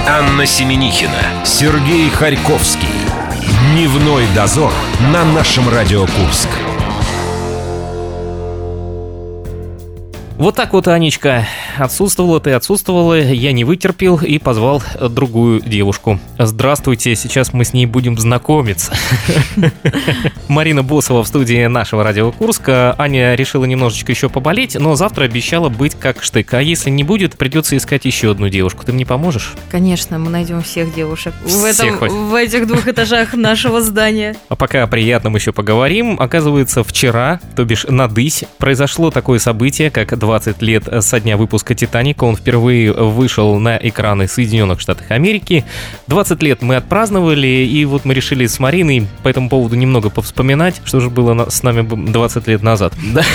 Анна Семенихина, Сергей Харьковский. Дневной дозор на нашем Радио Курск. Вот так вот, Анечка, ты отсутствовала, я не вытерпел и позвал другую девушку. Здравствуйте, сейчас мы с ней будем знакомиться. Марина Босова в студии нашего Радио Курска. Аня решила немножечко еще поболеть, но завтра обещала быть как штык. А если не будет, придется искать еще одну девушку. Ты мне поможешь? Конечно, мы найдем всех девушек Всех в этих 2 этажах нашего здания. А пока о приятном еще поговорим. Оказывается, вчера, то бишь надысь, произошло такое событие, как 20 лет со дня выпуска «Титаника». Он впервые вышел на экраны Соединенных Штатов Америки. 20 лет мы отпраздновали, и вот мы решили с Мариной по этому поводу немного повспоминать, что же было с нами 20 лет назад.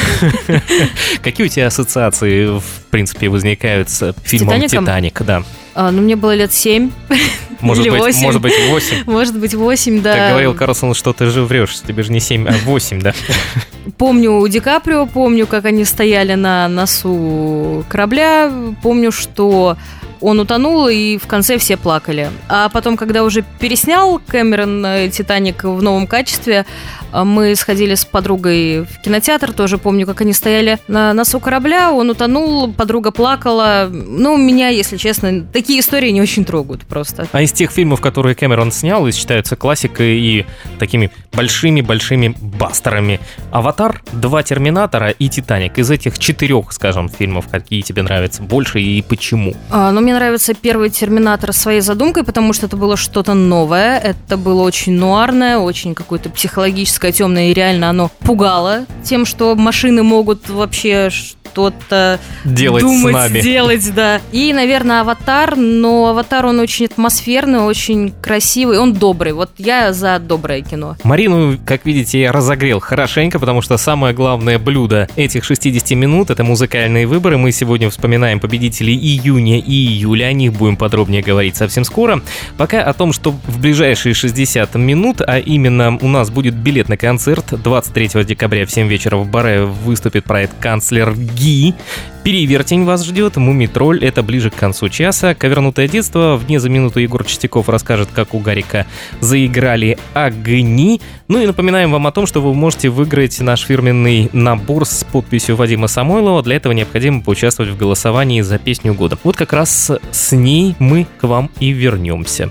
Какие у тебя ассоциации, в принципе, возникают с фильмом «Титаник»? Да. Мне было лет 7 или 8. Может быть, 8. Может быть, 8, да. Как говорил Карлсон, что ты же врешь, тебе же не 7, а 8, да? Помню Ди Каприо, помню, как они стояли на носу корабля, помню, что он утонул, и в конце все плакали. А потом, когда уже переснял Кэмерон «Титаник» в новом качестве, мы сходили с подругой в кинотеатр, тоже помню, как они стояли на носу корабля, он утонул, подруга плакала. Меня, если честно, такие истории не очень трогают просто. А из тех фильмов, которые Кэмерон снял, считаются классикой и такими большими-большими бастерами: «Аватар», «Два Терминатора» и «Титаник». Из этих 4, скажем, фильмов, какие тебе нравятся больше и почему? Мне нравится первый «Терминатор» своей задумкой, потому что это было что-то новое, это было очень нуарное, очень какое-то психологическое, темное, и реально оно пугало тем, что машины могут вообще что-то делать думать, с нами. делать, да. И, наверное, «Аватар», но «Аватар», он очень атмосферный, очень красивый, он добрый. Вот я за доброе кино. Марину, как видите, я разогрел хорошенько, потому что самое главное блюдо этих 60 минут — это музыкальные выборы. Мы сегодня вспоминаем победителей июня и июля, о них будем подробнее говорить совсем скоро. Пока о том, что в ближайшие 60 минут, а именно у нас будет билет на концерт. 23 декабря в 7 вечера в Баре выступит проект «Канцлер Ги». «Перевертень» вас ждет, «Мумий-тролль» — это ближе к концу часа. «Ковернутое детство», вне за минуту Егор Чистяков расскажет, как у Гарика заиграли огни. Ну и напоминаем вам о том, что вы можете выиграть наш фирменный набор с подписью Вадима Самойлова. Для этого необходимо поучаствовать в голосовании за песню года. Вот как раз с ней мы к вам и вернемся.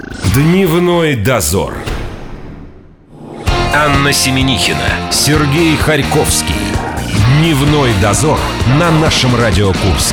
Дневной дозор. Анна Семенихина, Сергей Харьковский. Дневной дозор на нашем Радио Курск.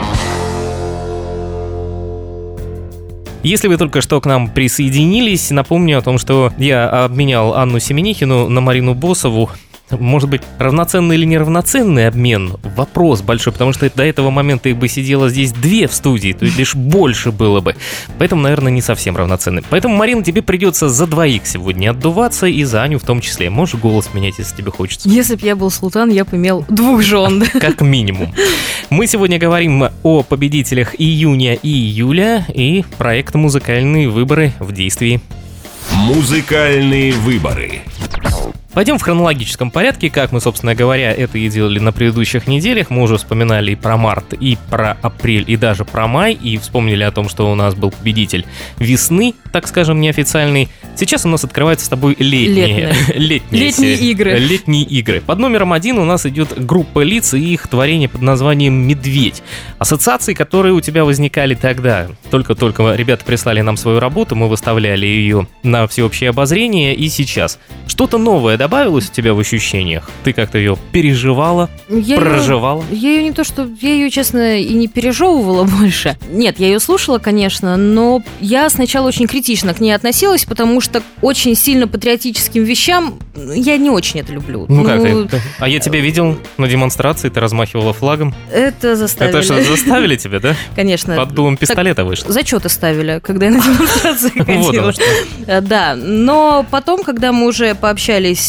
Если вы только что к нам присоединились, напомню о том, что я обменял Анну Семенихину на Марину Босову. Может быть, равноценный или неравноценный обмен? Вопрос большой, потому что до этого момента их бы сидело здесь 2 в студии, то есть лишь больше было бы. Поэтому, наверное, не совсем равноценный. Поэтому, Марина, тебе придется за 2 сегодня отдуваться, и за Аню в том числе. Можешь голос менять, если тебе хочется? Если бы я был султан, я бы имел 2 жен. Как минимум. Мы сегодня говорим о победителях июня и июля и проект «Музыкальные выборы» в действии. Музыкальные выборы. Пойдем в хронологическом порядке, как мы, собственно говоря, это и делали на предыдущих неделях. Мы уже вспоминали и про март, и про апрель, и даже про май, и вспомнили о том, что у нас был победитель весны, так скажем, неофициальный. Сейчас у нас открываются с тобой летние игры. Летние игры. Под номером 1 у нас идет группа лиц и их творение под названием «Медведь». Ассоциации, которые у тебя возникали тогда. Только-только ребята прислали нам свою работу, мы выставляли ее на всеобщее обозрение, и сейчас. Что-то новое добавилось у тебя в ощущениях? Ты как-то ее переживала, проживала? Я ее не то, что... Я ее, честно, и не пережевывала больше. Нет, я ее слушала, конечно, но я сначала очень критично к ней относилась, потому что очень сильно патриотическим вещам я не очень это люблю. Как ты? А я тебя видел на демонстрации, ты размахивала флагом. Это заставили. Это что, заставили тебя, да? Конечно. Под дулом пистолета вышло. Зачеты ставили, когда я на демонстрации ходила. Вот оно что. Да, но потом, когда мы уже пообщались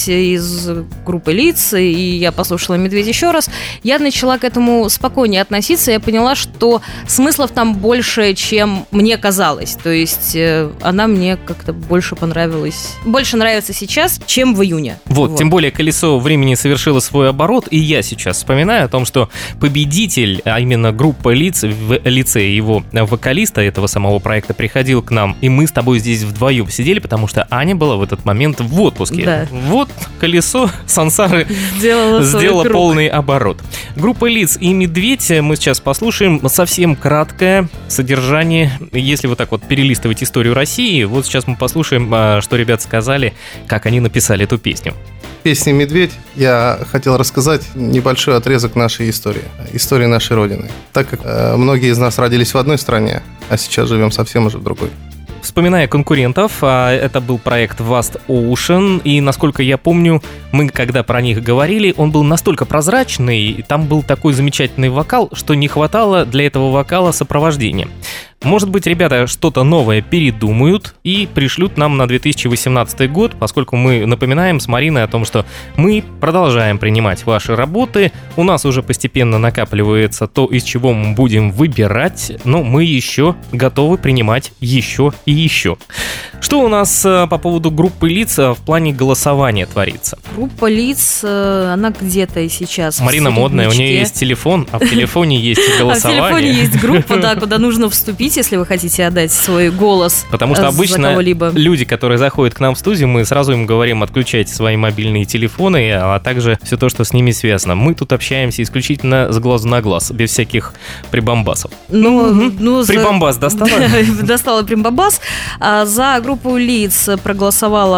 «Медведь» из группы «Лиц», и я послушала «Медведь» еще раз, я начала к этому спокойнее относиться. Я поняла, что смыслов там больше, чем мне казалось. То есть она мне как-то больше понравилась. Больше нравится сейчас, чем в июне. Вот, тем более «Колесо времени» совершило свой оборот, и я сейчас вспоминаю о том, что победитель, а именно группа «Лиц», в лице его вокалиста этого самого проекта, приходил к нам, и мы с тобой здесь вдвоем сидели, потому что Аня была в этот момент в отпуске. Да. Вот «Колесо сансары» сделало полный оборот. Группа «Лиц» и «Медведь» мы сейчас послушаем. Совсем краткое содержание. Если вот так вот перелистывать историю России, вот сейчас мы послушаем, что ребят сказали, как они написали эту песню. В песне «Медведь» я хотел рассказать небольшой отрезок нашей истории нашей Родины. Так как многие из нас родились в одной стране, а сейчас живем совсем уже в другой. Вспоминая конкурентов, это был проект Vast Ocean, и, насколько я помню, мы, когда про них говорили, он был настолько прозрачный, и там был такой замечательный вокал, что не хватало для этого вокала сопровождения. Может быть, ребята что-то новое передумают и пришлют нам на 2018 год, поскольку мы напоминаем с Мариной о том, что мы продолжаем принимать ваши работы, у нас уже постепенно накапливается то, из чего мы будем выбирать, но мы еще готовы принимать еще и еще. Что у нас по поводу группы «Лиц» в плане голосования творится? Группа «Лиц», она где-то и сейчас. Марина модная, у нее есть телефон, а в телефоне есть голосование. А в телефоне есть группа, да, куда нужно вступить, если вы хотите отдать свой голос. Потому что обычно люди, которые заходят к нам в студию, мы сразу им говорим: отключайте свои мобильные телефоны, а также все то, что с ними связано. Мы тут общаемся исключительно с глазу на глаз, без всяких прибамбасов. Прибамбас достала? Достала прибамбас. За группу «Лиц» проголосовало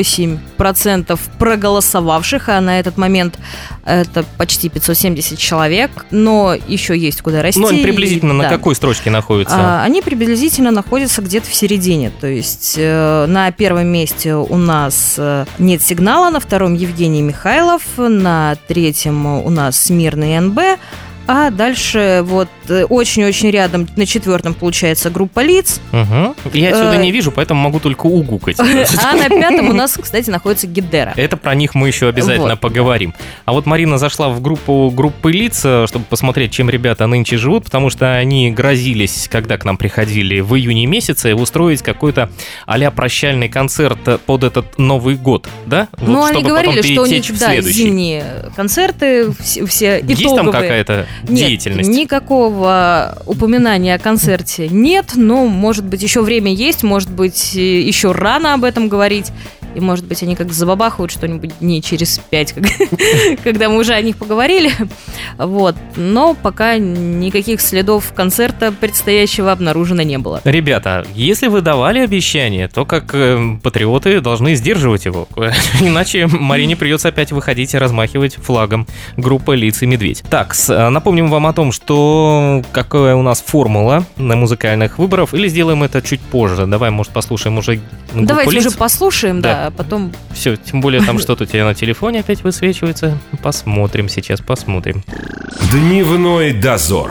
8% проголосовавших, а на этот момент это почти 570 человек, но еще есть куда расти. Ну, они приблизительно на какой строчке находятся? Они приблизительно находятся где-то в середине, то есть на первом месте у нас «Нет сигнала», на втором Евгений Михайлов, на третьем у нас «Смирный НБ», а дальше вот очень-очень рядом на четвертом получается группа «Лиц». Угу. Я отсюда не вижу, поэтому могу только угукать. А на пятом у нас, кстати, находится «Гидера». Это про них мы еще обязательно поговорим. А вот Марина зашла в группы «Лиц», чтобы посмотреть, чем ребята нынче живут, потому что они грозились, когда к нам приходили в июне месяце, устроить какой-то а-ля прощальный концерт под этот Новый год, да? Ну, вот, они говорили, что у них, зимние концерты, все итоговые. Есть там какая-то деятельность? Нет, никакого упоминания о концерте нет, но, может быть, еще время есть, может быть, еще рано об этом говорить. И, может быть, они как забабахают что-нибудь дней через 5, когда мы уже о них поговорили. Вот. Но пока никаких следов концерта предстоящего обнаружено не было. Ребята, если вы давали обещание, то как патриоты должны сдерживать его. Иначе Марине придется опять выходить и размахивать флагом группы «Лиц» и «Медведь». Так, напомним вам о том, что какая у нас формула на музыкальных выборах, или сделаем это чуть позже. Давай, может, послушаем уже группу Давайте «Лиц». уже послушаем, да. А потом... Все, тем более там что-то у тебя на телефоне опять высвечивается. Посмотрим сейчас, посмотрим. Дневной дозор.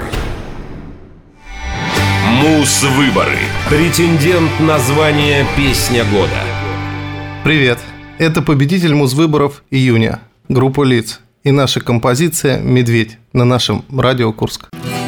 Муз-выборы. Претендент на звание «Песня года». Привет, это победитель муз-выборов июня, группа «Лиц», и наша композиция «Медведь» на нашем радио Курск.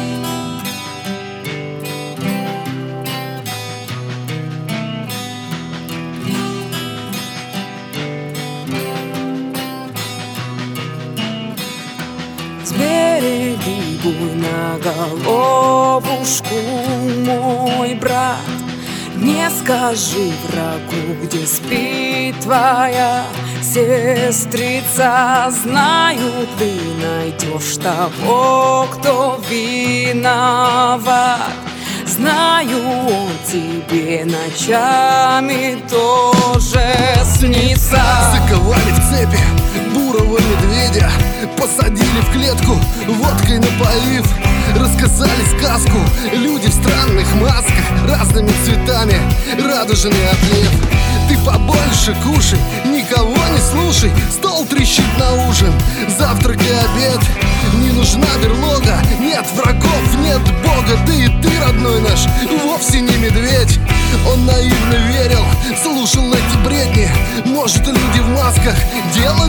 На головушку, мой брат, не скажи врагу, где спит твоя сестрица. Знаю, ты найдешь того, кто виноват. Знаю, он тебе ночами тоже снится. Заковали в цепи бурого медведя, посадили в клетку, водкой напоив. Рассказали сказку, люди в странных масках, разными цветами, радужный отлив. Ты побольше кушай, никого не слушай, стол трещит на ужин, завтрак и обед. Не нужна берлога, нет врагов, нет Бога. Да и ты, родной наш, вовсе не медведь. Он наивно верил, слушал эти бредни. Может, люди в масках делают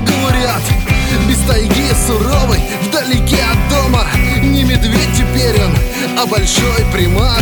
а большой примат.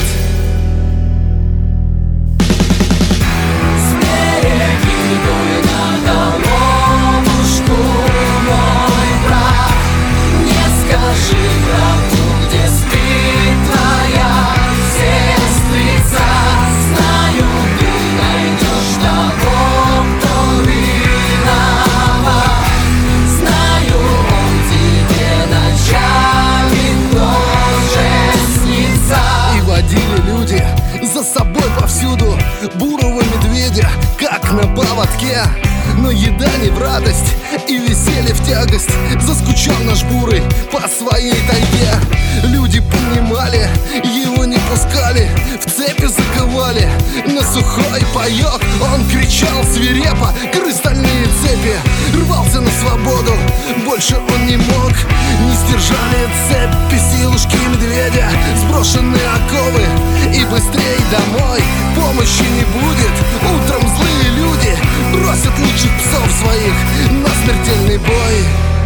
Бурого медведя, как на поводке. Но еда не в радость и веселье в тягость. Заскучал наш бурый по своей тайге. Люди понимали, его не пускали, в цепи заковали. На сухой паёк он кричал свирепо. Грыз стальные цепи, рвался на свободу. Больше он не мог, не сдержали цепи силушки медведя. Сброшенные оковы и быстрей домой. Помощи не будет, утром злые люди бросят лучших псов своих на смертельный бой.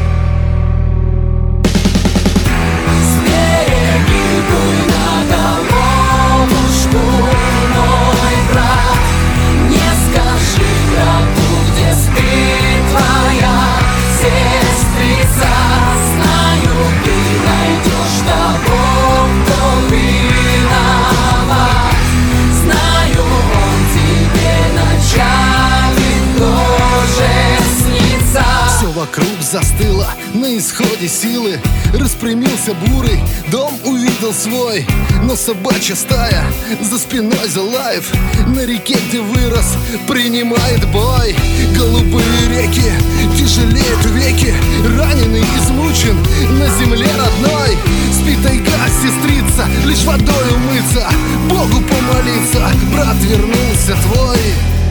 Вокруг застыло на исходе силы. Распрямился бурый, дом увидел свой. Но собачья стая за спиной залаев на реке, где вырос, принимает бой. Голубые реки, тяжелеют веки. Раненый, измучен, на земле родной. Спит тайга, сестрица, лишь водой умыться, Богу помолиться, брат вернулся твой.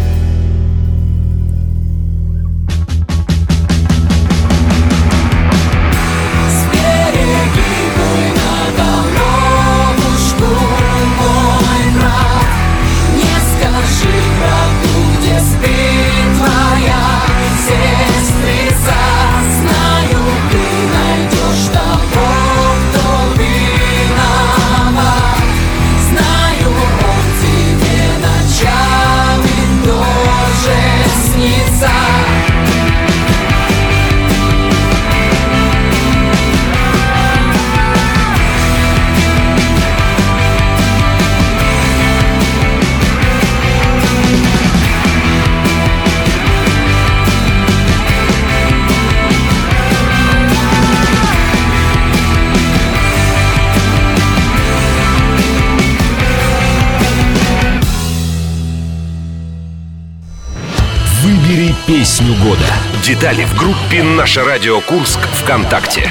Выбери песню года. Детали в группе «Наше радио Курск» ВКонтакте.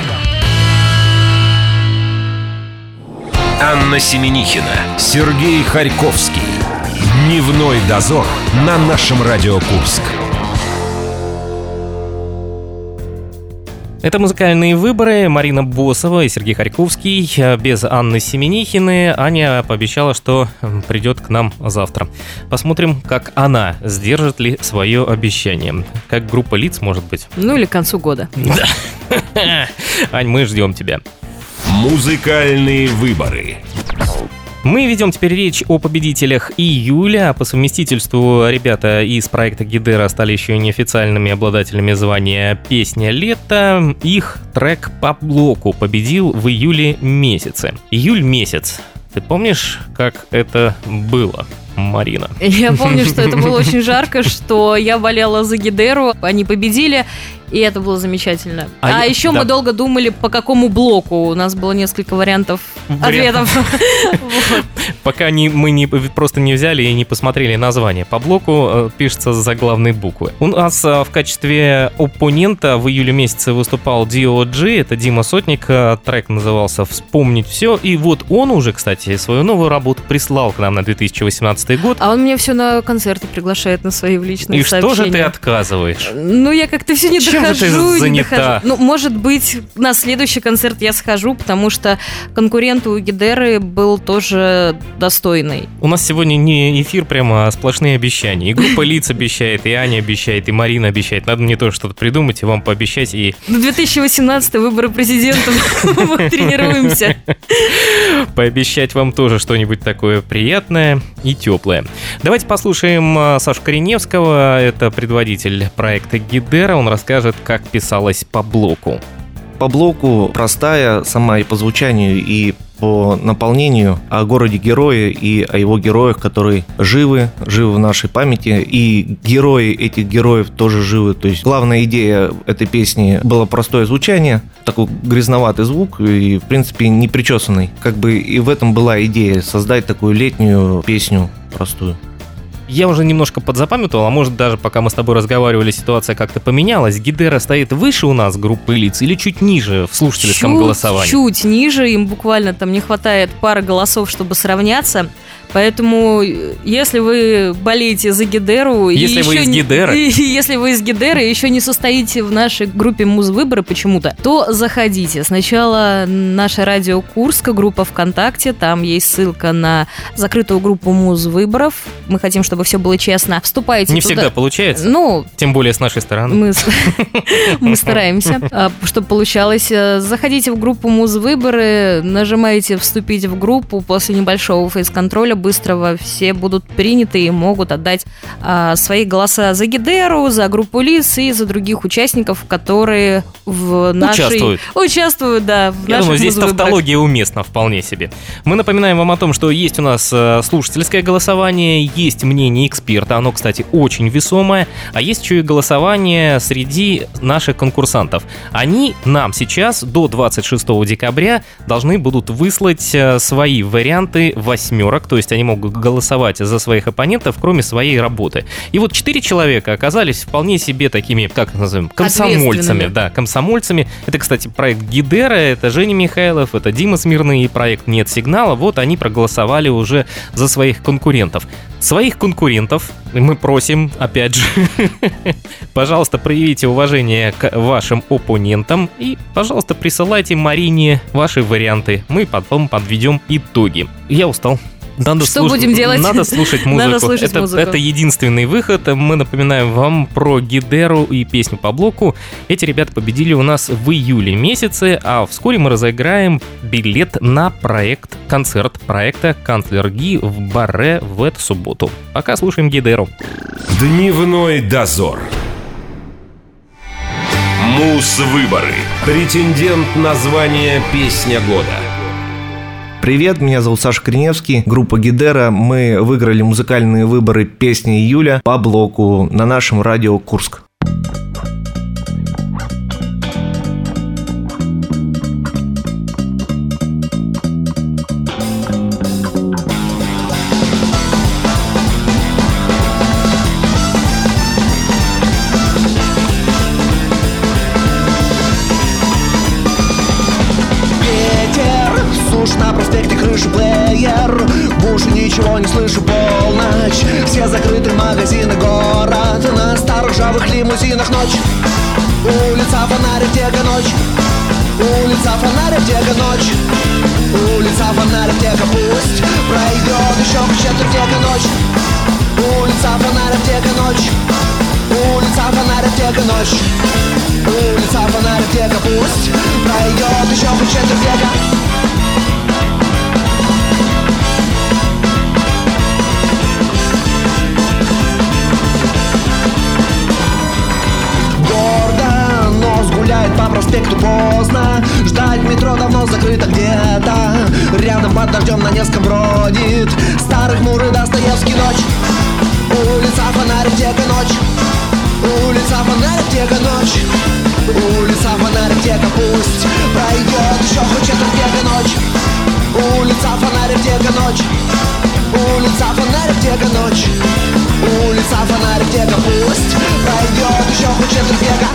Анна Семенихина, Сергей Харьковский. Дневной дозор на нашем радио Курск. Это музыкальные выборы. Марина Босова и Сергей Харьковский. Без Анны Семенихины. Аня пообещала, что придет к нам завтра. Посмотрим, как она сдержит ли свое обещание. Как группа лиц, может быть. Ну или к концу года. Да. Ань, мы ждем тебя. Музыкальные выборы. Мы ведем теперь речь о победителях июля. По совместительству ребята из проекта Гидера стали еще и неофициальными обладателями звания «Песня лета». Их трек «По блоку» победил в июле месяце. Июль месяц. Ты помнишь, как это было, Марина? Я помню, что это было очень жарко, что я болела за Гидеру. Они победили, и это было замечательно. А еще мы долго думали, по какому блоку. У нас было несколько вариантов ответов. Пока мы просто не взяли и не посмотрели название. По блоку пишется заглавной буквы. У нас в качестве оппонента в июле месяце выступал D.O.G. Это Дима Сотник. Трек назывался «Вспомнить все». И вот он уже, кстати, свою новую работу прислал к нам на 2018 год. А он меня все на концерты приглашает, на свои личные сообщения. И что же ты отказываешь? Ну, я как-то все не Чем дохожу. ты занята? Ну, может быть, на следующий концерт я схожу, потому что конкурент у Гидеры был тоже достойный. У нас сегодня не эфир, прямо сплошные обещания. И группа лиц обещает, и Аня обещает, и Марина обещает. Надо мне тоже что-то придумать и вам пообещать. И... На 2018 выборы президента мы тренируемся. Пообещать вам тоже что-нибудь такое приятное и теплое. Давайте послушаем Сашу Кореневского, это предводитель проекта Гидера, он расскажет, как писалось по блоку. По блоку простая сама и по звучанию, и по наполнению о городе-герое и о его героях, которые живы в нашей памяти, и герои этих героев тоже живы. То есть главная идея этой песни было простое звучание, такой грязноватый звук и, в принципе, не причесанный. Как бы и в этом была идея создать такую летнюю песню простую. Я уже немножко подзапамятовал, а может даже пока мы с тобой разговаривали, ситуация как-то поменялась. Гидера стоит выше у нас группы лиц или чуть ниже в слушательском голосовании? Чуть ниже, им буквально там не хватает пары голосов, чтобы сравняться. Поэтому, если вы болеете за Гидеру... Если вы из Гидеры. Если вы из Гидеры и еще не состоите в нашей группе Музвыборы почему-то, то заходите. Сначала наша радио Курска, группа ВКонтакте, там есть ссылка на закрытую группу Музвыборов. Мы хотим, чтобы все было честно. Вступайте не туда. Всегда получается, тем более с нашей стороны. Мы стараемся, чтобы получалось. Заходите в группу Музвыборы, нажимаете «Вступить в группу», после небольшого фейс-контроля быстрого все будут приняты и могут отдать свои голоса за Гидеру, за группу лиц и за других участников, которые в нашей... Участвуют, да, в Я наших думаю, здесь музвыборах. тавтология уместна вполне себе. Мы напоминаем вам о том, что есть у нас слушательское голосование, есть мнение эксперта, оно, кстати, очень весомое, а есть еще и голосование среди наших конкурсантов. Они нам сейчас до 26 декабря должны будут выслать свои варианты восьмерок, то есть они могут голосовать за своих оппонентов, кроме своей работы. И вот 4 человека оказались вполне себе такими, как назовем, комсомольцами. Да, комсомольцами. Это, кстати, проект Гидера, это Женя Михайлов, это Дима Смирный и проект «Нет сигнала». Вот они проголосовали уже за своих конкурентов. Своих конкурентов мы просим, опять же, пожалуйста, проявите уважение к вашим оппонентам и, пожалуйста, присылайте Марине ваши варианты. Мы потом подведем итоги. Я устал. Будем делать? Надо слушать музыку. Надо слушать музыку. Это единственный выход. Мы напоминаем вам про Гидеру и песню по блоку. Эти ребята победили у нас в июле месяце, а вскоре мы разыграем билет на концерт проекта «Канцлер Ги» в Барре в эту субботу. Пока слушаем Гидеру. Дневной дозор. Музвыборы. Претендент на звание «Песня года». Привет, меня зовут Саша Кореневский, группа Гидера. Мы выиграли музыкальные выборы песни июля по блоку на нашем радио Курск. На проспекте крышу плеер, в уши ничего не слышу, полночь. Все закрыты магазины, город, на старых ржавых лимузинах ночь. Улица, фонарик, тека, ночь. Улица, фонарик, тека, ночь. Улица, фонарик, тека, пусть пройдет еще четверть века, ночь. Улица, фонарик, тека, ночь. Улица, фонарик, тека, ночь. Улица, фонарик, тека, пусть пройдет еще четверть века. Гуляет по проспекту поздно, ждать метро давно закрыто где-то. Рядом под дождем на Невском бродит старый хмурый Достоевский, ночь. Улица, фонарик, тека, ночь. Улица, фонарик, тека, ночь. Улица, фонарик, тека, пусть пройдет еще хоть четверть века, ночь. Улица, фонарик, тека, ночь. Улица, фонарик, тека, ночь. Улица, фонарик, тека, пусть пройдет еще хоть четверть века.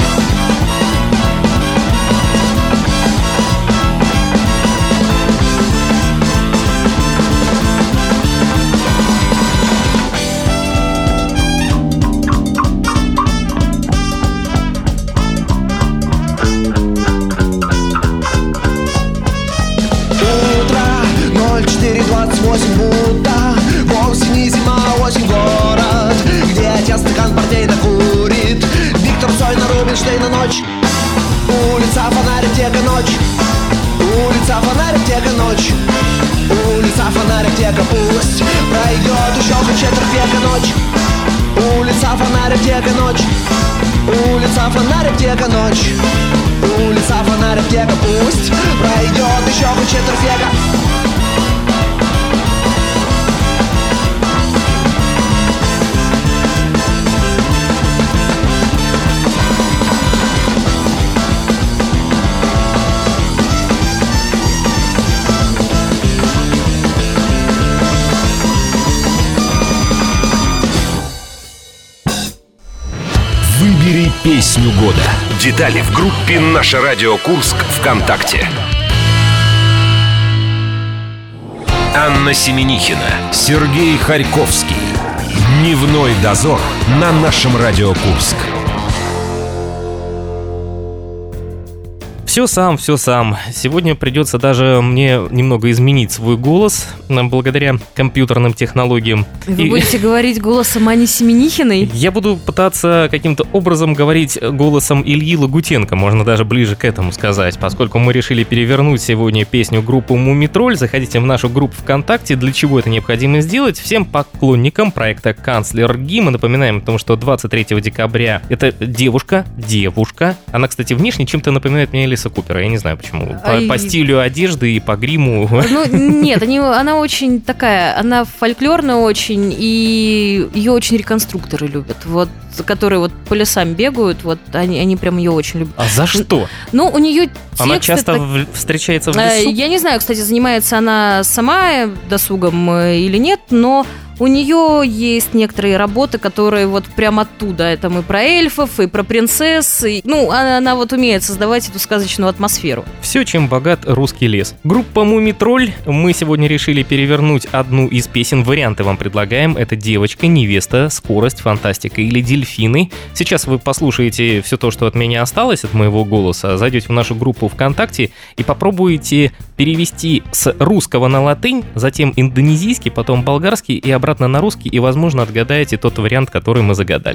четверть века ночь. Улица, фонарь, аптека, ночь. Улица, фонарь, аптека, ночь. Улица, фонарь, аптека, пусть пройдет еще хоть четверть века. Выбери песню года. Детали в группе «Наше радио Курск» ВКонтакте. Анна Семенихина, Сергей Харьковский. Дневной дозор на нашем радио Курск. Все сам. Сегодня придется даже мне немного изменить свой голос благодаря компьютерным технологиям. Вы будете говорить голосом Ани Семенихиной? Я буду пытаться каким-то образом говорить голосом Ильи Лагутенко, можно даже ближе к этому сказать, поскольку мы решили перевернуть сегодня песню группы «Мумитроль». Заходите в нашу группу ВКонтакте. Для чего это необходимо сделать? Всем поклонникам проекта «Канцлер.ги» мы напоминаем о том, что 23 декабря это девушка. Она, кстати, внешне чем-то напоминает мне Элиса Купера, я не знаю почему. По стилю одежды и по гриму. Ну, нет, она очень такая, она фольклорная очень, и ее очень реконструкторы любят. Вот, которые вот по лесам бегают, вот они прям ее очень любят. А за что? Ну, у нее тексты... Она часто встречается в лесу? Я не знаю, кстати, занимается она сама досугом или нет, но... У нее есть некоторые работы, которые вот прям оттуда. Это мы про эльфов и про принцесс. Она вот умеет создавать эту сказочную атмосферу. Все, чем богат русский лес. Группа «Мумитроль». Мы сегодня решили перевернуть одну из песен. Варианты вам предлагаем. Это «Девочка», «Невеста», «Скорость», «Фантастика» или «Дельфины». Сейчас вы послушаете все то, что от меня осталось, от моего голоса. Зайдете в нашу группу ВКонтакте и попробуете перевести с русского на латынь, затем индонезийский, потом болгарский и обратно на русский, и, возможно, отгадаете тот вариант, который мы загадали.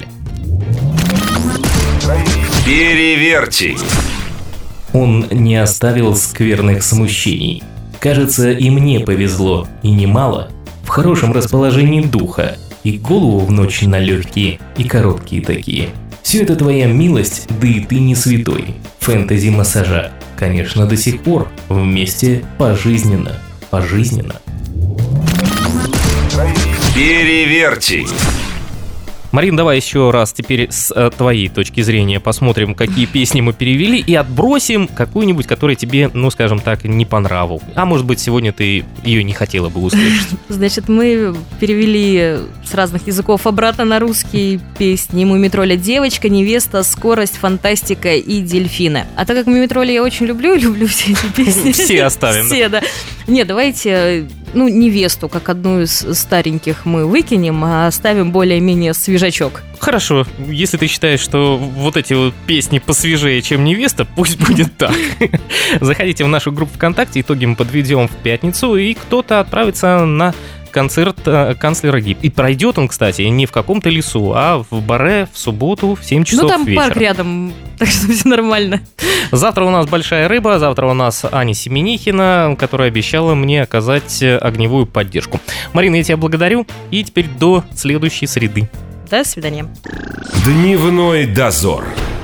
Переверьте. Он не оставил скверных смущений. Кажется, и мне повезло, и немало. В хорошем расположении духа, и голову в ночь на легкие, и короткие такие. Все это твоя милость, да и ты не святой. Фэнтези-массажа, конечно, до сих пор, вместе пожизненно. Переверьте. Марин, давай еще раз теперь с твоей точки зрения посмотрим, какие песни мы перевели, и отбросим какую-нибудь, которая тебе, скажем так, не по нраву. А может быть, сегодня ты ее не хотела бы услышать. Значит, мы перевели с разных языков обратно на русские песни «Мумитроля», «Девочка», «Невеста», «Скорость», «Фантастика» и «Дельфины». А так как «Мумитроля» я очень люблю все эти песни. Все оставим. Все, да. Нет, давайте... «Невесту», как одну из стареньких, мы выкинем, а оставим более-менее свежачок. Хорошо, если ты считаешь, что вот эти вот песни посвежее, чем «Невеста», пусть будет так. Заходите в нашу группу ВКонтакте, итоги мы подведем в пятницу, и кто-то отправится на концерт «Канцлера.ги». И пройдет он, кстати, не в каком-то лесу, а в Баре в субботу в 7 часов вечера. Там парк рядом, так что все нормально. Завтра у нас большая рыба, завтра у нас Аня Семенихина, которая обещала мне оказать огневую поддержку. Марина, я тебя благодарю, и теперь до следующей среды. До свидания. Дневной дозор.